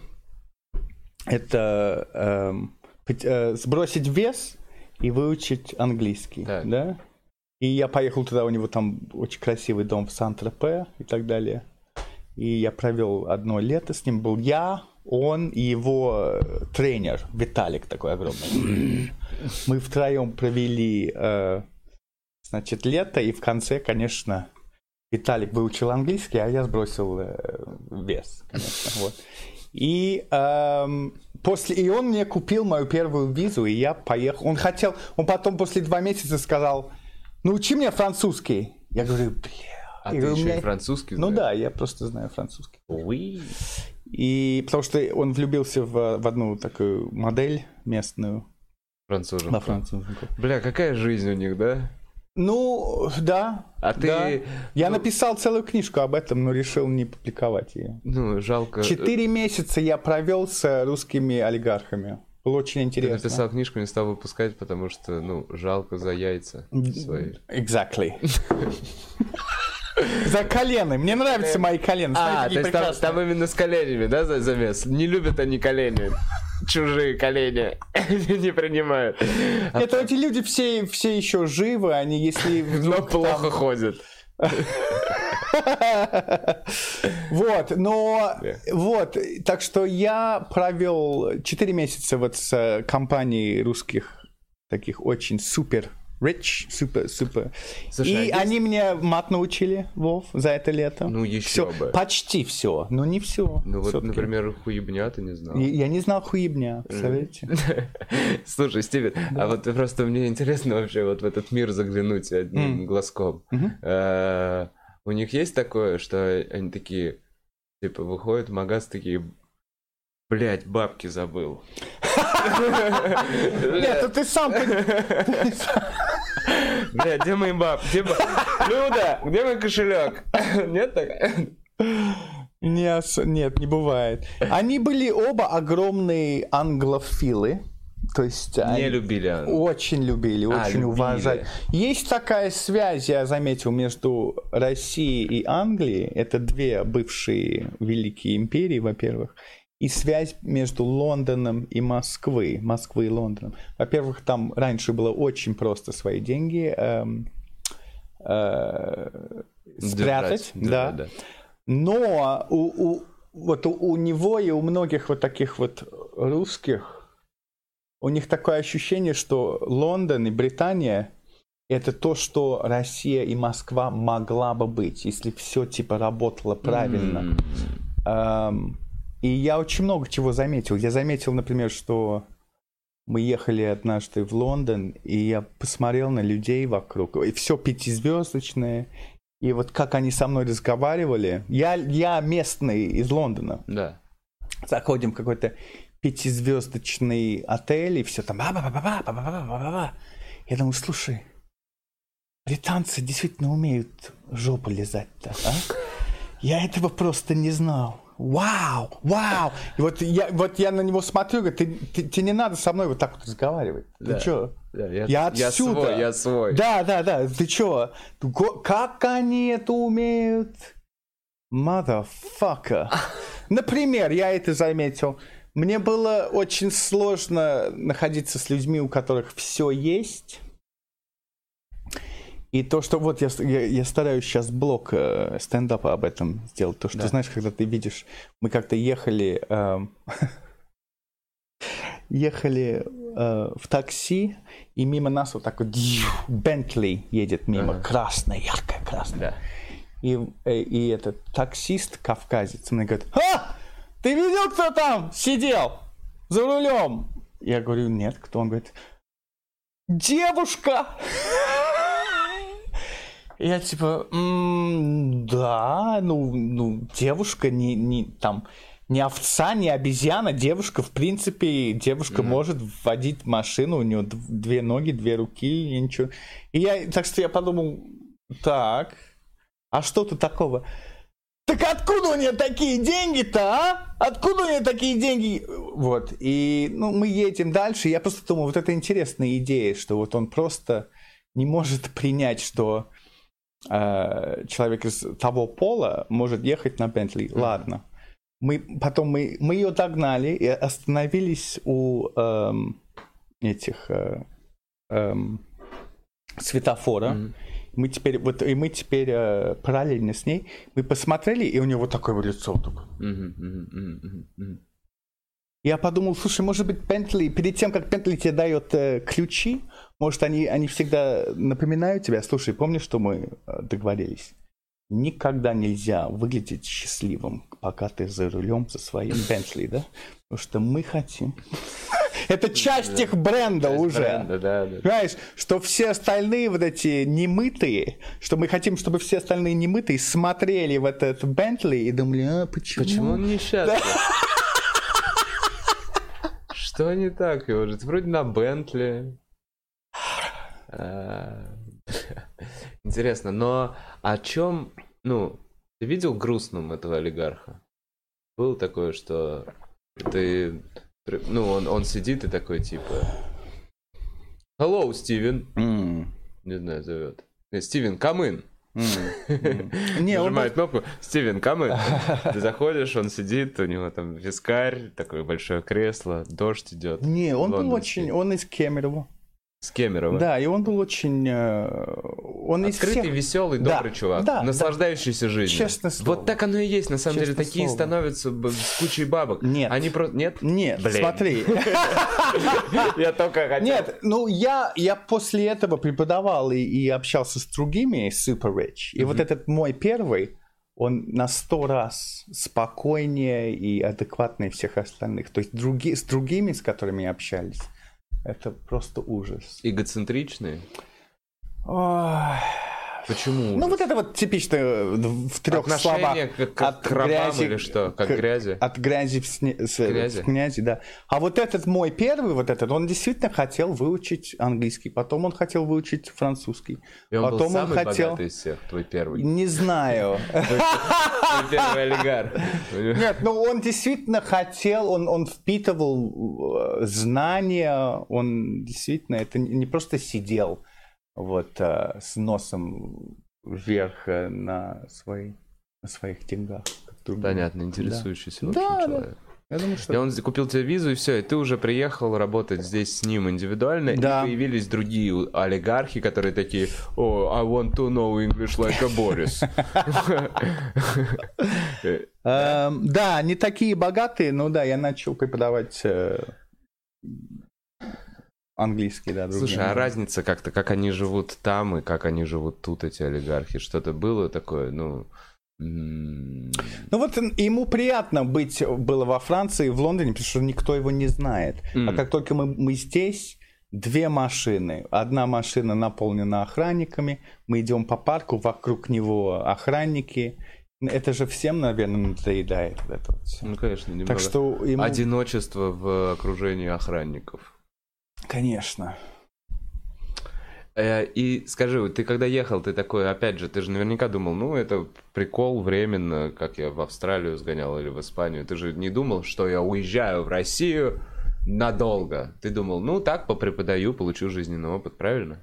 Это эм, э, сбросить вес и выучить английский. Uh-huh. Да? И я поехал туда, у него там очень красивый дом в Сан-Тропе и так далее. И я провел одно лето с ним. Был я, он и его тренер, Виталик такой огромный. Мы втроем провели, э, значит, лето, и в конце, конечно, Виталик выучил английский, а я сбросил э, вес, конечно. Вот. И, эм, после, и он мне купил мою первую визу, и я поехал. Он хотел, он потом после два месяца сказал: научи меня французский. Я говорю: бля. А я ты говорю, еще меня... и французский знаешь? Ну знаешь? да, я просто знаю французский. Oui. И потому что он влюбился в, в одну такую модель местную. Француженку. На француженку. Бля, какая жизнь у них, да? Ну, да. А да. ты... Я ну... написал целую книжку об этом, но решил не публиковать ее. Ну, жалко. Четыре месяца я провел с русскими олигархами. Было очень интересно. Ты написал книжку, не стал выпускать, потому что, ну, жалко за яйца свои. Exactly. За колено. Мне нравятся мои колена. А, то есть там, там именно с коленями, да, замес? Не любят они колени. Чужие колени. Не принимают. Это эти люди все, все еще живы, они если... Но плохо ходят. Вот, но вот, так что я провел четыре месяца вот с компанией русских, таких очень супер rich, супер, супер. Слушай, и а они есть... мне мат научили, Вов, за это лето. Ну еще всё, бы. Почти все, но не все. Ну вот, всё-таки. Например, хуебня ты не знал. Я, я не знал хуебня, представляете? Слушай, Стивен, да. А вот просто мне интересно вообще вот в этот мир заглянуть одним mm. глазком. Mm-hmm. А, у них есть такое, что они такие, типа, выходят в магаз, такие: блять, бабки забыл. Нет, это ты сам... Бля, где мои бабки? Люда, где мой кошелек? Нет так? Нет, нет, не бывает. Они были оба огромные англофилы. То есть не они любили. Очень любили, а, очень любили. уважали. Есть такая связь, я заметил, между Россией и Англией. Это две бывшие великие империи, во-первых. И связь между Лондоном и Москвой. Москвой и Лондоном. Во-первых, там раньше было очень просто свои деньги эм, э, спрятать. Держать, да. Да. Но у, у, вот у, у него и у многих вот таких вот русских, у них такое ощущение, что Лондон и Британия — это то, что Россия и Москва могла бы быть, если все типа работало правильно. Mm. Эм, И я очень много чего заметил. Я заметил, например, что мы ехали однажды в Лондон, и я посмотрел на людей вокруг. И все пятизвездочное, И вот как они со мной разговаривали. Я, я местный из Лондона. Да. Заходим в какой-то пятизвездочный отель, и все там... ба-ба-ба-ба-ба-ба-ба-ба-ба. Я думаю, слушай, британцы действительно умеют жопу лизать-то, а? Я этого просто не знал. Вау, вау. И вот я, вот я на него смотрю, говорю, ты, ты, тебе не надо со мной вот так вот разговаривать. Да. Ты чё? Да, я, я отсюда. Я свой, я свой. Да, да, да. Ты чё? Как они это умеют? Motherfucker. Например, я это заметил. Мне было очень сложно находиться с людьми, у которых все есть. И то, что вот я, я, я стараюсь сейчас блог э, стендапа об этом сделать. То, что, да. Знаешь, когда ты видишь, мы как-то ехали, э, ехали э, в такси, и мимо нас вот так вот Бентли едет мимо, ага. красная, яркая красная. Да. И, и, и этот таксист, кавказец, мне говорит, а, ты видел, кто там сидел за рулем? Я говорю, нет, кто? Он говорит, девушка! Я типа, м-м, да, ну, ну, девушка не, не, там, не овца, не обезьяна, девушка, в принципе, девушка mm-hmm. может водить машину, у нее две ноги, две руки, и ничего. И я, так что я подумал, так, а что тут такого? Так откуда у нее такие деньги-то, а? Откуда у нее такие деньги? Вот, и, ну, мы едем дальше, я просто думаю, вот это интересная идея, что вот он просто не может принять, что человек из того пола может ехать на Бентли. Mm-hmm. Ладно. Мы, потом мы, мы ее догнали и остановились у эм, этих э, эм, светофора. Mm-hmm. Мы теперь, вот, и мы теперь э, параллельно с ней. Мы посмотрели, и у него вот такое вот лицо. Mm-hmm. Mm-hmm. Mm-hmm. Я подумал, слушай, может быть, Бентли, перед тем, как Бентли тебе дает э, ключи, может, они, они всегда напоминают тебя, слушай, помнишь, что мы договорились? Никогда нельзя выглядеть счастливым, пока ты за рулем со своим Бентли, да? Потому что мы хотим. Это часть их бренда уже. Понимаешь, что все остальные вот эти немытые, что мы хотим, чтобы все остальные немытые смотрели в этот Бентли и думали, а почему? Почему он несчастлив? Что не так? Его же вроде на Бентли. Интересно, но о чем, ну, ты видел грустным этого олигарха? Было такое, что ты, ну, он, он сидит и такой, типа, hello, Стивен, mm. не знаю, зовет, Стивен, come in. Mm. Нажимает кнопку, Стивен, come in. Ты заходишь, он сидит, у него там вискарь, такое большое кресло, дождь идет. Не, он был очень, он из Кемерово. С Кемерово. Да, и он был очень... Он открытый, всех... веселый, добрый да, чувак, да, наслаждающийся да. жизнью. Честно слово. Вот так оно и есть, на самом Честно деле. Такие слово. становятся с кучей бабок. Нет. Они просто... Нет? Нет, блин. Смотри. Я только хотел. Нет, ну я, я после этого преподавал и, и общался с другими Super Rich. И mm-hmm. вот этот мой первый, он на сто раз спокойнее и адекватнее всех остальных. То есть други, с другими, с которыми общались, это просто ужас. Эгоцентричные? Ой. Почему ужас? Ну вот это вот типично в трех словах. К, к, от к грязи или что? Как к, грязи? От грязи в, сне, с, грязи. в грязи, да. А вот этот мой первый, вот этот, он действительно хотел выучить английский. Потом он хотел выучить французский. И он Потом был самый он хотел... богатый из всех, твой первый? Не знаю. Твой первый олигарх. Нет, ну он действительно хотел, он, он впитывал знания, он действительно, это не просто сидел вот с носом вверх на, свои, на своих деньгах. Понятно, интересующийся да. да, человек. Да. Я думаю, что... И он купил тебе визу, и все, и ты уже приехал работать здесь с ним индивидуально, да. и появились другие олигархи, которые такие, о, I want to know English like a Boris. Да, не такие богатые, но да, я начал преподавать английский, да. Слушай, а разница как-то, как они живут там и как они живут тут, эти олигархи? Что-то было такое, ну... Ну вот ему приятно быть было во Франции, в Лондоне, потому что никто его не знает. Mm. А как только мы, мы здесь, две машины. Одна машина наполнена охранниками. Мы идем по парку, вокруг него охранники. Это же всем, наверное, надоедает. Вот это вот всё. Ну, конечно, немного. Так что ему... Одиночество в окружении охранников. Конечно. И скажи, вот ты когда ехал, ты такой, опять же, ты же наверняка думал, ну, это прикол временно, как я в Австралию сгонял или в Испанию. Ты же не думал, что я уезжаю в Россию надолго. Ты думал, ну, так, попреподаю, получу жизненный опыт, правильно?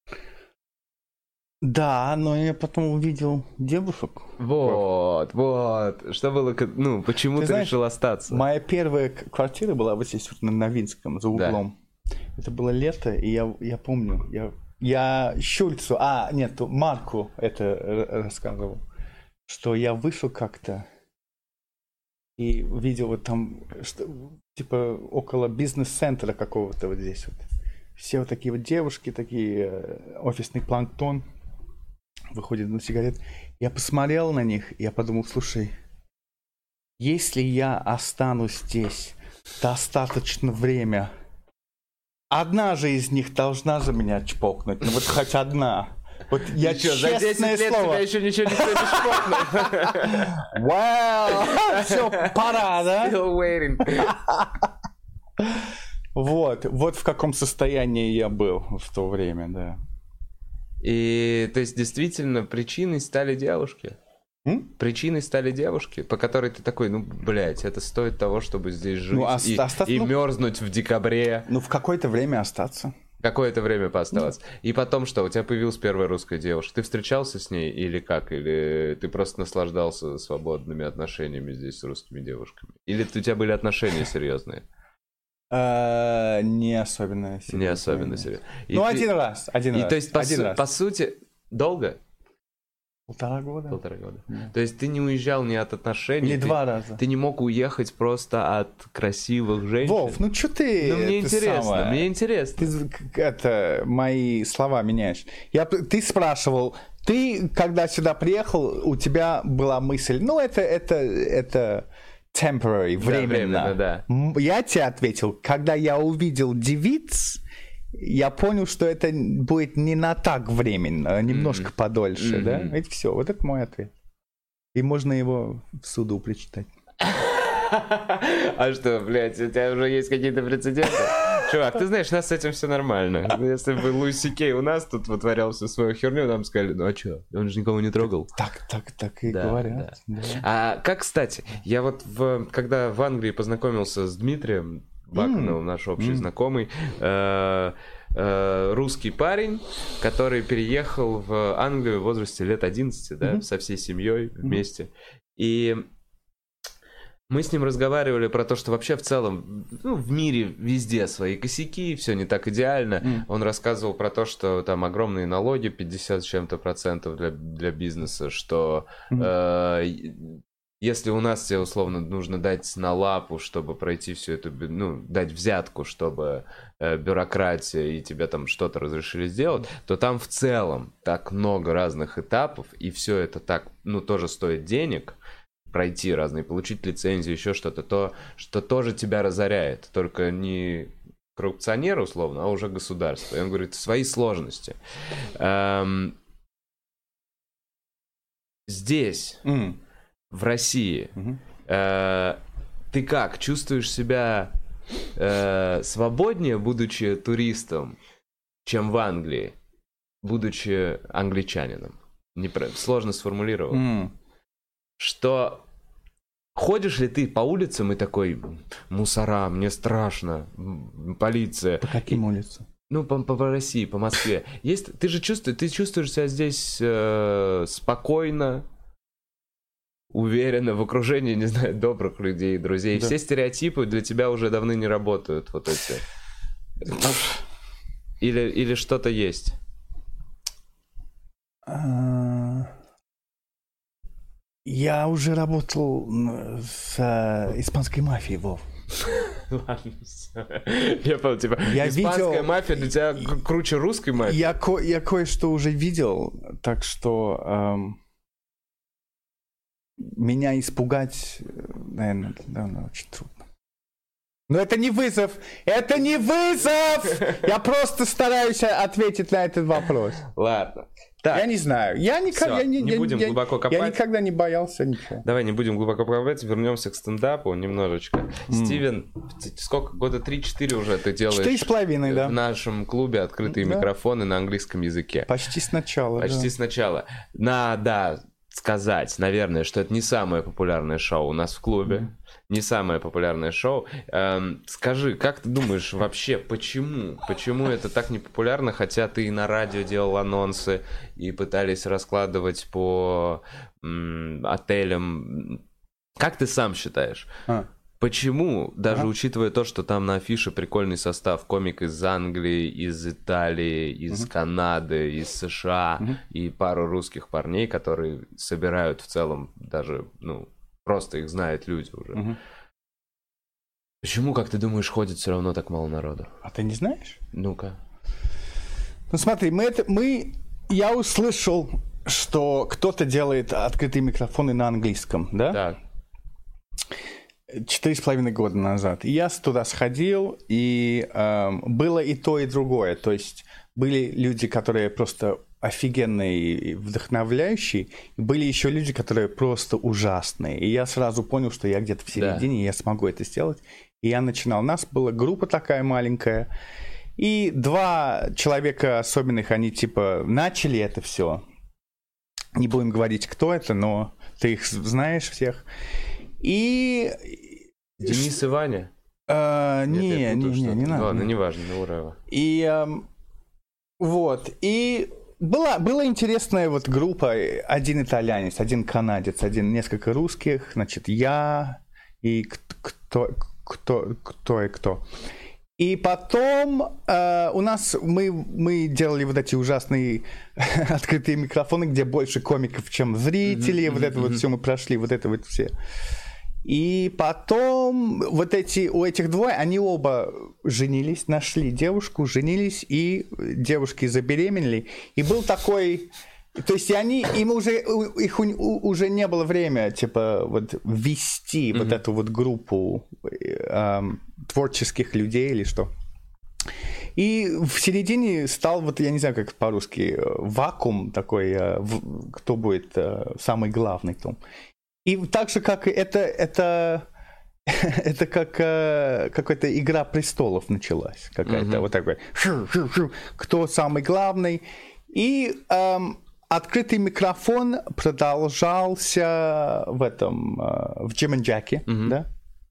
Да, но я потом увидел девушек. Вот, вот. Что было, ну, почему ты, ты знаешь, решил остаться? Моя первая квартира была вот здесь, вот на Новинском, за углом. Да. Это было лето, и я, я помню, я... Я Шульцу, а, нет, Марку это рассказывал, что я вышел как-то и видел вот там, что, типа, около бизнес-центра какого-то вот здесь вот. Все вот такие вот девушки, такие, офисный планктон, выходит на сигарет. Я посмотрел на них, и я подумал, слушай, если я останусь здесь достаточно время... Одна же из них должна же меня чпокнуть. Ну вот хоть одна. Вот я честное слово. За десять лет тебя еще ничего никто не чпокнул. Вау! Все, пора, да? Still waiting. Вот, вот в каком состоянии я был в то время, да. И, то есть, действительно, причиной стали девушки? М? Причиной стали девушки, по которой ты такой, ну, блядь, это стоит того, чтобы здесь жить ну, оста- и, оста- и ну, мерзнуть в декабре. Ну, в какое-то время остаться. Какое-то время пооставаться. Ну. И потом что, у тебя появилась первая русская девушка. Ты встречался с ней или как? Или ты просто наслаждался свободными отношениями здесь с русскими девушками? Или у тебя были отношения серьезные? Не особенно серьезные. Не особенно серьезные. Ну, один раз, один раз. И то есть, по сути, долго? Полтора года. Полтора года. Yeah. То есть ты не уезжал ни от отношений. Или ты, два раза. Ты не мог уехать просто от красивых женщин. Вов, ну что ты... Ну мне интересно, самое... мне интересно. Ты это, мои слова меняешь. Я, ты спрашивал, ты, когда сюда приехал, у тебя была мысль, ну это, это, это temporary, временно. Да, временно, да. Я тебе ответил, когда я увидел девиц, я понял, что это будет не на так временно, а немножко mm-hmm. подольше, mm-hmm. да? И все, вот это мой ответ. И можно его в суду прочитать. А что, блядь, у тебя уже есть какие-то прецеденты? Чувак, ты знаешь, у нас с этим все нормально. Если бы Луи Си Кей у нас тут вытворял всю свою херню, нам сказали, ну а что, он же никого не трогал. Так, так, так и да, говорят. Да. Да. А как, кстати, я вот, в, когда в Англии познакомился с Дмитрием Бакановым, mm. наш общий mm. знакомый, э, э, русский парень, который переехал в Англию в возрасте лет одиннадцати, да, mm-hmm. со всей семьей вместе. Mm-hmm. И мы с ним разговаривали про то, что вообще в целом, ну, в мире везде свои косяки, все не так идеально. Mm. Он рассказывал про то, что там огромные налоги, пятьдесят с чем-то процентов для, для бизнеса, что mm. э, если у нас тебе условно нужно дать на лапу, чтобы пройти всю эту, ну, дать взятку, чтобы э, бюрократия и тебе там что-то разрешили сделать, то там в целом так много разных этапов, и все это так, ну, тоже стоит денег, пройти разные, получить лицензию, еще что-то, то, что тоже тебя разоряет, только не коррупционер условно, а уже государство. И он говорит, свои сложности. Эм... Здесь... Mm. В России, mm-hmm. э, ты как, чувствуешь себя э, свободнее, будучи туристом, чем в Англии, будучи англичанином? Не, сложно сформулировать. Mm. Что ходишь ли ты по улицам и такой, мусора, мне страшно, полиция. По каким улицам? Ну, по, по, по России, по Москве. Есть, ты же чувствуешь, ты чувствуешь себя здесь э, спокойно, уверенно, в окружении, не знаю, добрых людей, друзей. Да. Все стереотипы для тебя уже давно не работают, вот эти. Или, или что-то есть? Я уже работал с испанской мафией, Вов. Ладно, все. Я понял, типа, я испанская видел... мафия для тебя круче русской мафии? Я, ко... я кое-что уже видел, так что... Эм... Меня испугать, наверное, наверное, очень трудно. Но это не вызов! Это не вызов! Я просто стараюсь ответить на этот вопрос. Ладно. Так. Я не знаю. Я никогда Всё, не, не я, будем я, глубоко копать. Я никогда не боялся ничего. Давай не будем глубоко копать, вернемся к стендапу немножечко. Mm. Стивен, сколько? Года три-четыре уже ты делаешь. Четыре с половиной, да. В нашем клубе открытые да. микрофоны на английском языке. Почти сначала. Почти да. сначала. Надо сказать, наверное, что это не самое популярное шоу у нас в клубе. Mm. Не самое популярное шоу. Эм, скажи, как ты думаешь вообще, почему? Почему это так непопулярно, хотя ты и на радио делал анонсы, и пытались раскладывать по м, отелям. Как ты сам считаешь? А. Почему, даже а. учитывая то, что там на афише прикольный состав, комик из Англии, из Италии, из угу. Канады, из США, угу. и пару русских парней, которые собирают в целом даже, ну, просто их знают люди уже. Угу. Почему, как ты думаешь, ходит все равно так мало народу? А ты не знаешь? Ну-ка. Ну смотри, мы это, мы, я услышал, что кто-то делает открытые микрофоны на английском, да? Так. Четыре с половиной года назад. И я туда сходил, и э, было и то, и другое. То есть были люди, которые просто офигенные и вдохновляющие, и были еще люди, которые просто ужасные. И я сразу понял, что я где-то в середине, да. и я смогу это сделать. И я начинал. У нас была группа такая маленькая, и два человека особенных, они типа начали это все. Не будем говорить, кто это, но ты их знаешь всех. И... Денис и Ваня? А, Нет, не, не, не, не надо. Ладно, не важно, ну ура. И а, вот, и была, была интересная вот группа, один итальянец, один канадец, один несколько русских, значит, я и кто, кто, кто и кто. И потом э, у нас мы, мы делали вот эти ужасные открытые микрофоны, где больше комиков, чем зрителей, mm-hmm, вот это mm-hmm. вот все мы прошли, вот это вот все. И потом вот эти, у этих двое, они оба женились, нашли девушку, женились, и девушки забеременели. И был такой... То есть они, им уже, их уже не было время, типа, вот вести mm-hmm. вот эту вот группу эм, творческих людей или что. И в середине стал, вот я не знаю, как по-русски, вакуум такой, э, в, кто будет э, самый главный там. И так же, как это, это, это как э, какая-то игра престолов началась. Какая-то mm-hmm. вот такая. Кто самый главный. И эм, открытый микрофон продолжался в этом, э, в Jim and Jackie, mm-hmm. да?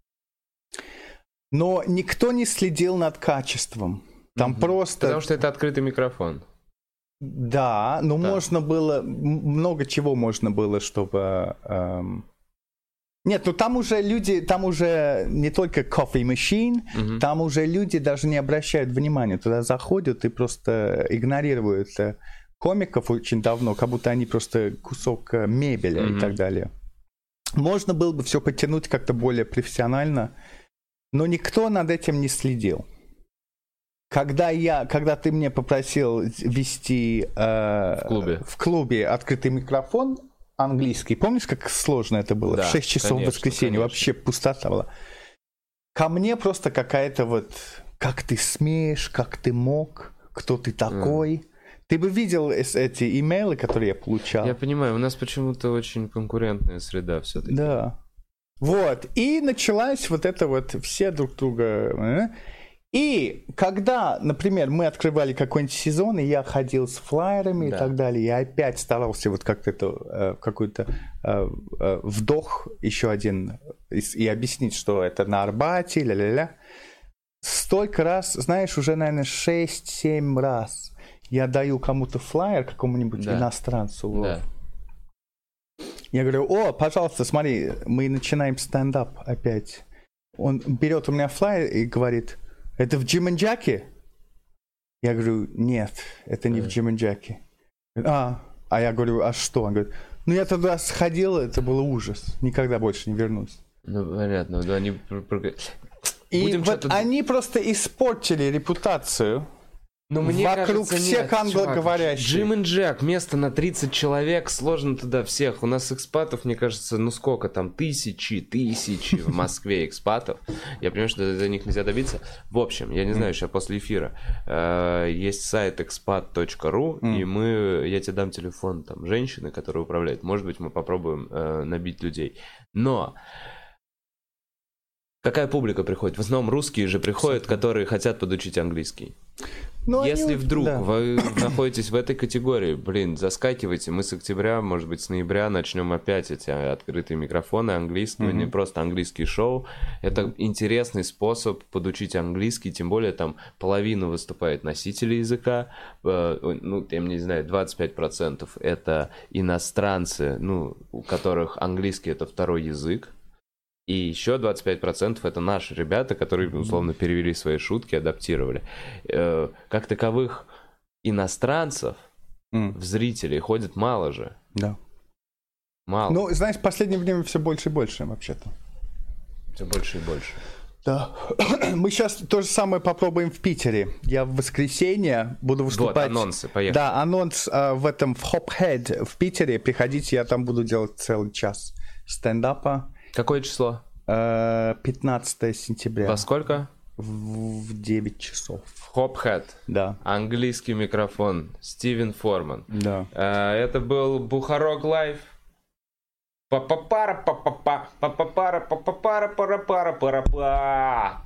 Но никто не следил над качеством. Там mm-hmm. просто... Потому что это открытый микрофон. Да, но да. можно было, много чего можно было, чтобы... Эм... Нет, ну там уже люди, там уже не только coffee machine, mm-hmm. там уже люди даже не обращают внимания. Туда заходят и просто игнорируют комиков очень давно, как будто они просто кусок мебели mm-hmm. и так далее. Можно было бы все потянуть как-то более профессионально, но никто над этим не следил. Когда я, когда ты мне попросил вести э, в, клубе. в клубе открытый микрофон английский, помнишь, как сложно это было? Да, в шесть часов в воскресенье, вообще пустота была. Ко мне просто какая-то вот, как ты смеешь, как ты мог, кто ты такой. Mm. Ты бы видел эти имейлы, которые я получал. Я понимаю, у нас почему-то очень конкурентная среда все-таки. Да. Вот, и началась вот это вот, все друг друга... И когда, например, мы открывали какой-нибудь сезон, и я ходил с флаерами да. и так далее, я опять старался вот как-то это, э, какой-то э, э, вдох еще один и, и объяснить, что это на Арбате, ля-ля-ля. Столько раз, знаешь, уже, наверное, шесть-семь раз я даю кому-то флаер, какому-нибудь да. иностранцу. Да. Я говорю, о, пожалуйста, смотри, мы начинаем стендап опять. Он берет у меня флаер и говорит... Это в Jim and Jackie? Я говорю, нет, это не в Jim and Jackie. А, а я говорю, а что? Он говорит, ну я тогда сходил, это был ужас, никогда больше не вернусь. Ну, понятно, да, они... И вот они просто испортили репутацию Ну, мне вокруг кажется, всех нет, англоговорящих. Джим и Джек, место на тридцать человек, сложно туда всех. У нас экспатов, мне кажется, ну сколько там, тысячи, тысячи в Москве экспатов. Я понимаю, что до них нельзя добиться. В общем, я не знаю, сейчас после эфира э, есть сайт экспат точка ру, mm. и мы, я тебе дам телефон там женщины, которая управляет. Может быть, мы попробуем э, набить людей. Но... Какая публика приходит? В основном русские же приходят, которые хотят подучить английский. Но Если они... вдруг да. вы находитесь в этой категории, блин, заскакивайте. Мы с октября, может быть, с ноября начнем опять эти открытые микрофоны английского, mm-hmm. не просто английские шоу. Это интересный способ подучить английский, тем более там половина выступает носители языка, ну, я не знаю, двадцать пять процентов это иностранцы, ну, у которых английский это второй язык. И еще двадцать пять процентов это наши ребята, которые, условно, перевели свои шутки, адаптировали. Э, как таковых иностранцев mm. в зрителей ходит мало же. Да. Мало. Ну, знаешь, в последнее время все больше и больше, вообще-то. Все больше и больше. Да. Мы сейчас то же самое попробуем в Питере. Я в воскресенье буду выступать. Вот, анонсы, поехали. Да, анонс э, в этом, в Hophead в Питере. Приходите, я там буду делать целый час стендапа. Какое число? пятнадцатое сентября. Во сколько? В, в девять часов. В Hophead. Да. Английский микрофон. Стивен Форман. Да. Это был Бухарок Лайв. Па-па-пара, па-па-па, па-па-пара, па-па-пара, пара-пара, пара-па.